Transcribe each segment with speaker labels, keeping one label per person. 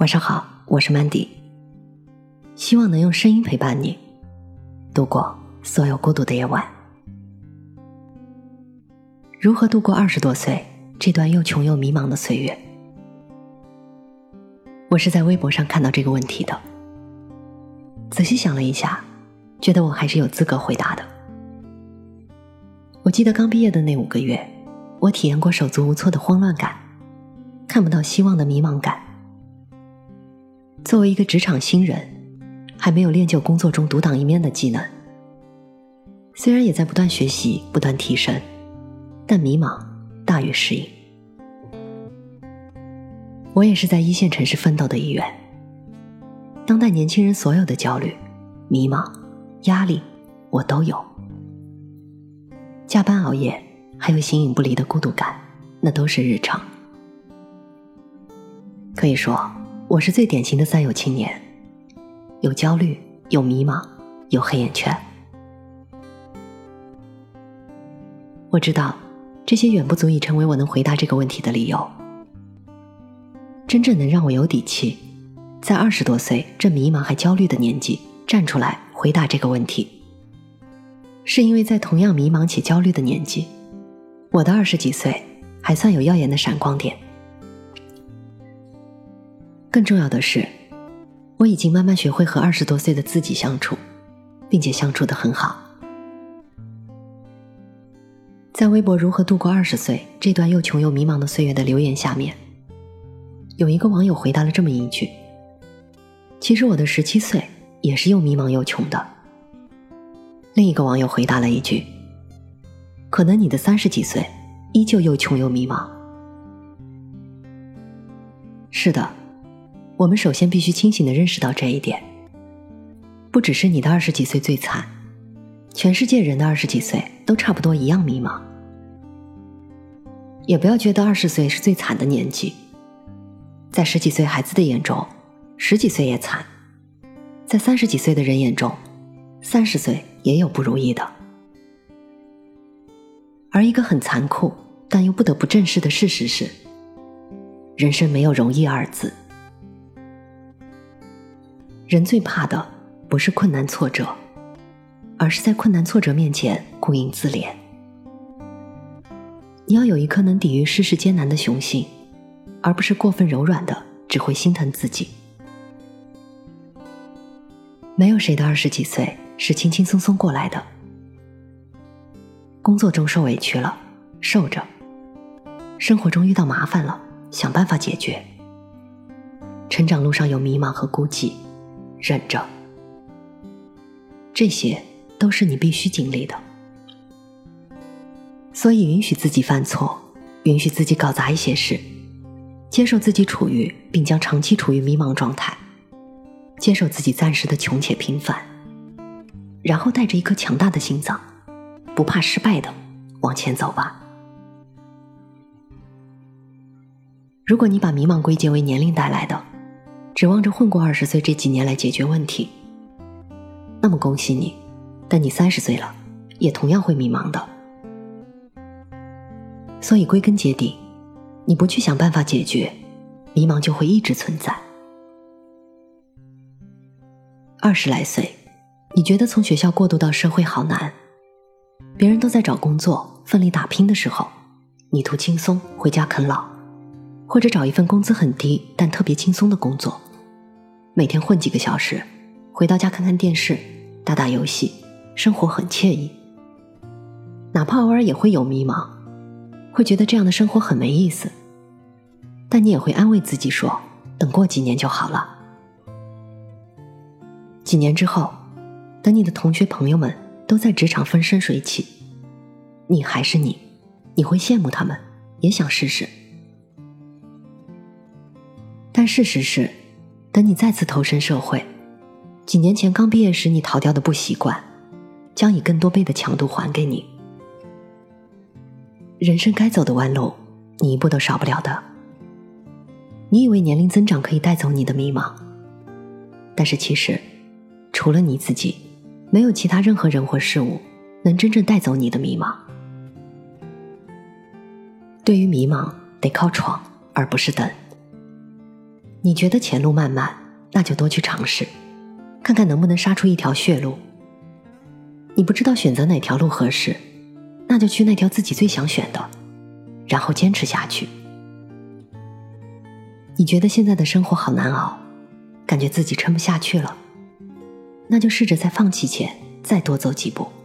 Speaker 1: 晚上好，我是 Mandy， 希望能用声音陪伴你度过所有孤独的夜晚。如何度过20多岁这段又穷又迷茫的岁月？我是在微博上看到这个问题的，仔细想了一下，觉得我还是有资格回答的。我记得刚毕业的那5个月，我体验过手足无措的慌乱感，看不到希望的迷茫感。作为一个职场新人，还没有练就工作中独当一面的技能，虽然也在不断学习不断提升，但迷茫大于适应。我也是在一线城市奋斗的一员，当代年轻人所有的焦虑、迷茫、压力我都有，加班熬夜还有形影不离的孤独感，那都是日常。可以说我是最典型的三有青年，有焦虑，有迷茫，有黑眼圈。我知道这些远不足以成为我能回答这个问题的理由。真正能让我有底气在20多岁这迷茫还焦虑的年纪站出来回答这个问题，是因为在同样迷茫且焦虑的年纪，我的20几岁还算有耀眼的闪光点。更重要的是，我已经慢慢学会和20多岁的自己相处，并且相处得很好。在微博如何度过20岁这段又穷又迷茫的岁月的留言下面，有一个网友回答了这么一句：其实我的17岁也是又迷茫又穷的。另一个网友回答了一句：可能你的30几岁依旧又穷又迷茫。是的，我们首先必须清醒地认识到这一点，不只是你的20几岁最惨，全世界人的20几岁都差不多一样迷茫。也不要觉得20岁是最惨的年纪，在10几岁孩子的眼中10几岁也惨，在30几岁的人眼中30岁也有不如意的。而一个很残酷但又不得不正视的事实是，人生没有容易2字。人最怕的不是困难挫折，而是在困难挫折面前顾影自怜。你要有一颗能抵御世事艰难的雄心，而不是过分柔软的只会心疼自己。没有谁的20几岁是轻轻松松过来的。工作中受委屈了，受着；生活中遇到麻烦了，想办法解决；成长路上有迷茫和孤寂，忍着。这些都是你必须经历的。所以允许自己犯错，允许自己搞砸一些事，接受自己处于并将长期处于迷茫状态，接受自己暂时的穷且平凡，然后带着一颗强大的心脏，不怕失败的往前走吧。如果你把迷茫归结为年龄带来的，指望着混过20岁这几年来解决问题，那么恭喜你，等你30岁了也同样会迷茫的。所以归根结底，你不去想办法解决，迷茫就会一直存在。20来岁，你觉得从学校过渡到社会好难，别人都在找工作奋力打拼的时候，你图轻松回家啃老，或者找一份工资很低但特别轻松的工作，每天混几个小时，回到家看看电视，打打游戏，生活很惬意。哪怕偶尔也会有迷茫，会觉得这样的生活很没意思，但你也会安慰自己说，等过几年就好了。几年之后，等你的同学朋友们都在职场风生水起，你还是你，你会羡慕他们，也想试试。但事实是，等你再次投身社会，几年前刚毕业时你逃掉的不习惯，将以更多倍的强度还给你。人生该走的弯路，你一步都少不了的。你以为年龄增长可以带走你的迷茫，但是其实除了你自己，没有其他任何人或事物能真正带走你的迷茫。对于迷茫，得靠闯，而不是等。 你觉得前路漫漫，那就多去尝试，看看能不能杀出一条血路。你不知道选择哪条路合适，那就去那条自己最想选的，然后坚持下去。你觉得现在的生活好难熬，感觉自己撑不下去了，那就试着在放弃前再多走几步。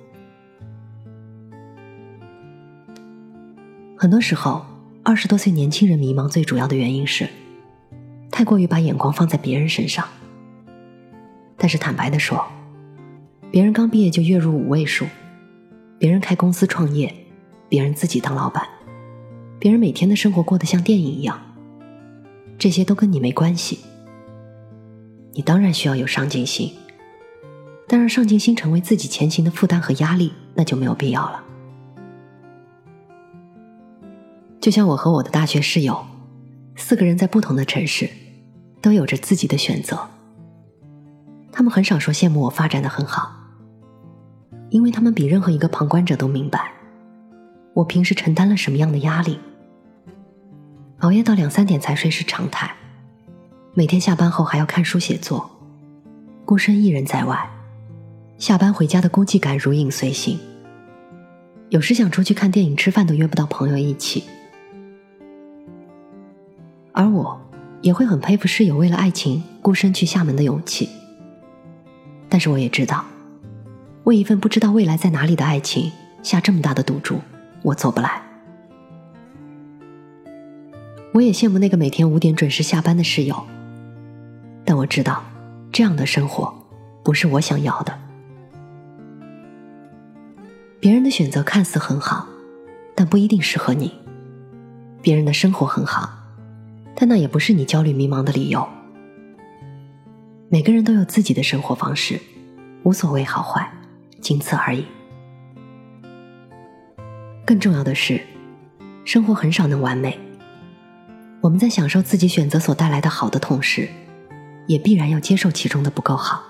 Speaker 1: 很多时候，20多岁年轻人迷茫最主要的原因是太过于把眼光放在别人身上。但是坦白地说，别人刚毕业就月入5位数，别人开公司创业，别人自己当老板，别人每天的生活过得像电影一样，这些都跟你没关系。你当然需要有上进心，但让上进心成为自己前行的负担和压力，那就没有必要了。就像我和我的大学室友，4个人在不同的城市，都有着自己的选择。他们很少说羡慕我发展得很好，因为他们比任何一个旁观者都明白，我平时承担了什么样的压力。熬夜到2、3点才睡是常态，每天下班后还要看书写作，孤身一人在外，下班回家的孤寂感如影随形，有时想出去看电影吃饭都约不到朋友一起。而我也会很佩服室友为了爱情孤身去厦门的勇气，但是我也知道，为一份不知道未来在哪里的爱情下这么大的赌注，我做不来。我也羡慕那个每天5点准时下班的室友，但我知道这样的生活不是我想要的。别人的选择看似很好，但不一定适合你。别人的生活很好，但那也不是你焦虑迷茫的理由。每个人都有自己的生活方式，无所谓好坏，仅此而已。更重要的是，生活很少能完美。我们在享受自己选择所带来的好的同时，也必然要接受其中的不够好。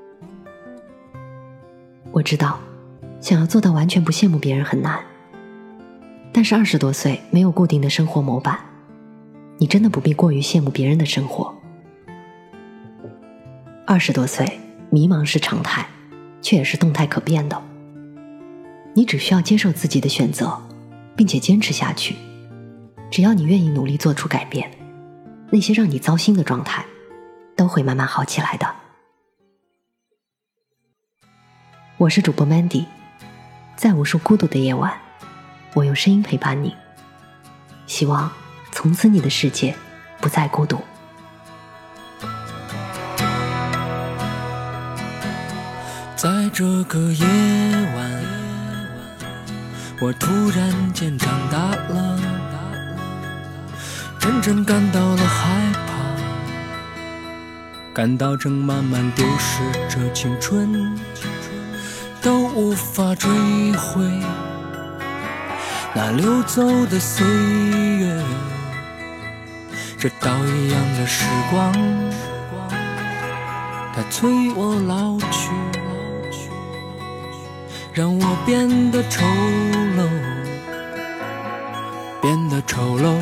Speaker 1: 我知道，想要做到完全不羡慕别人很难，但是20多岁没有固定的生活模板，你真的不必过于羡慕别人的生活。20多岁迷茫是常态，却也是动态可变的。你只需要接受自己的选择，并且坚持下去。只要你愿意努力做出改变，那些让你糟心的状态都会慢慢好起来的。我是主播 Mandy， 在无数孤独的夜晚，我用声音陪伴你。希望从此你的世界不再孤独。
Speaker 2: 在这个夜晚，我突然间长大了，真正感到了害怕，感到正慢慢丢失着青春，都无法追回那流走的岁月，这刀一样的时光，它催我老去，让我变得丑陋，变得丑陋。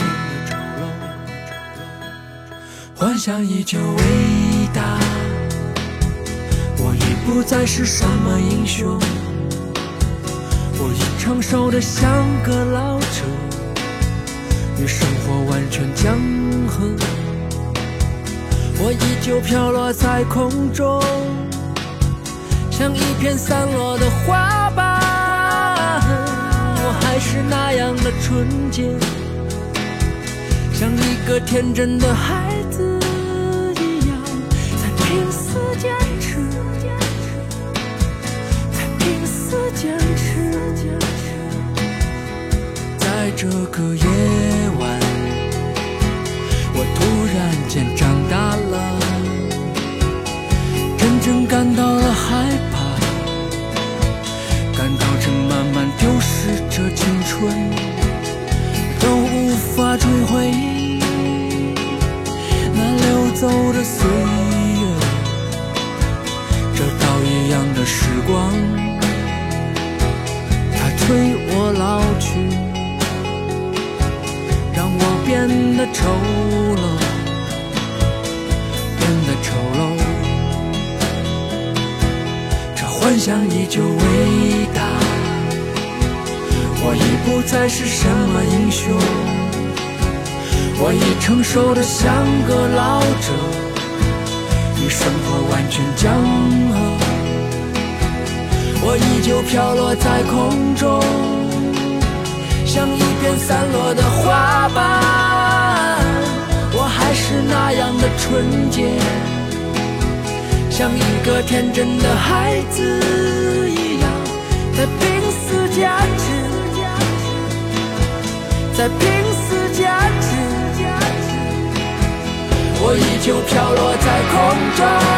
Speaker 2: 幻想依旧伟大，我已不再是什么英雄，我已成熟得像个老者，与生活完全僵和。我依旧飘落在空中，像一片散落的花瓣，我还是那样的纯洁，像一个天真的孩子一样，在拼死坚持，在拼死坚持。在这个夜晚，我突然间长大了，真正感到了害怕，感到正慢慢丢失着青春，都无法追回那流走的岁月，这刀一样的时光，它催我老去，让我变得丑陋， 幻想依旧伟大，我已不再是什么英雄，我已成熟的像个老者，与生活完全江河。我依旧飘落在空中，像一片散落的花瓣，我还是那样的纯洁，像一个天真的孩子一样，在拼死坚持，在拼死坚持，我依旧飘落在空中。